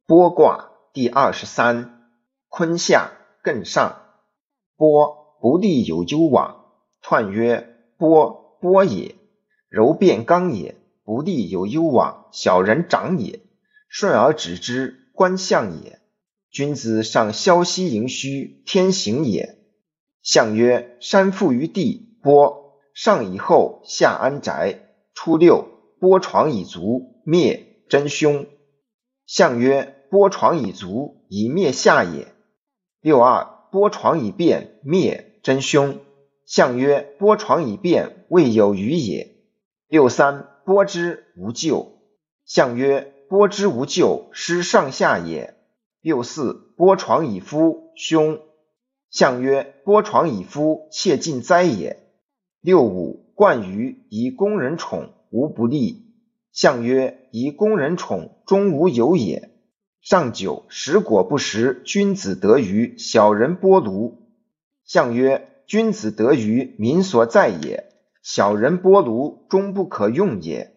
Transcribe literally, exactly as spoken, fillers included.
剥卦第二十三，坤下艮上。剥，不利有攸往。彖曰：剥，剥也。柔变刚也，不利有攸往，小人长也。顺而止之，观象也。君子上消息盈虚，天行也。象曰：山覆于地，剥。上以后，下安宅。初六，剥床以足，灭，真凶。象曰：剥床以足，以灭下也。六二，剥床以变，灭，真凶。象曰：剥床以变，未有余也。六三，剥之，无咎。象曰：剥之无咎，失上下也。六四，剥床以夫，凶。象曰：剥床以夫，切近哉也。六五，冠于以攻人宠，无不利。象曰：以攻人宠，终无有也。上九，食果不食，君子得鱼，小人剥庐。象曰：君子得鱼，民所在也。小人剥庐，终不可用也。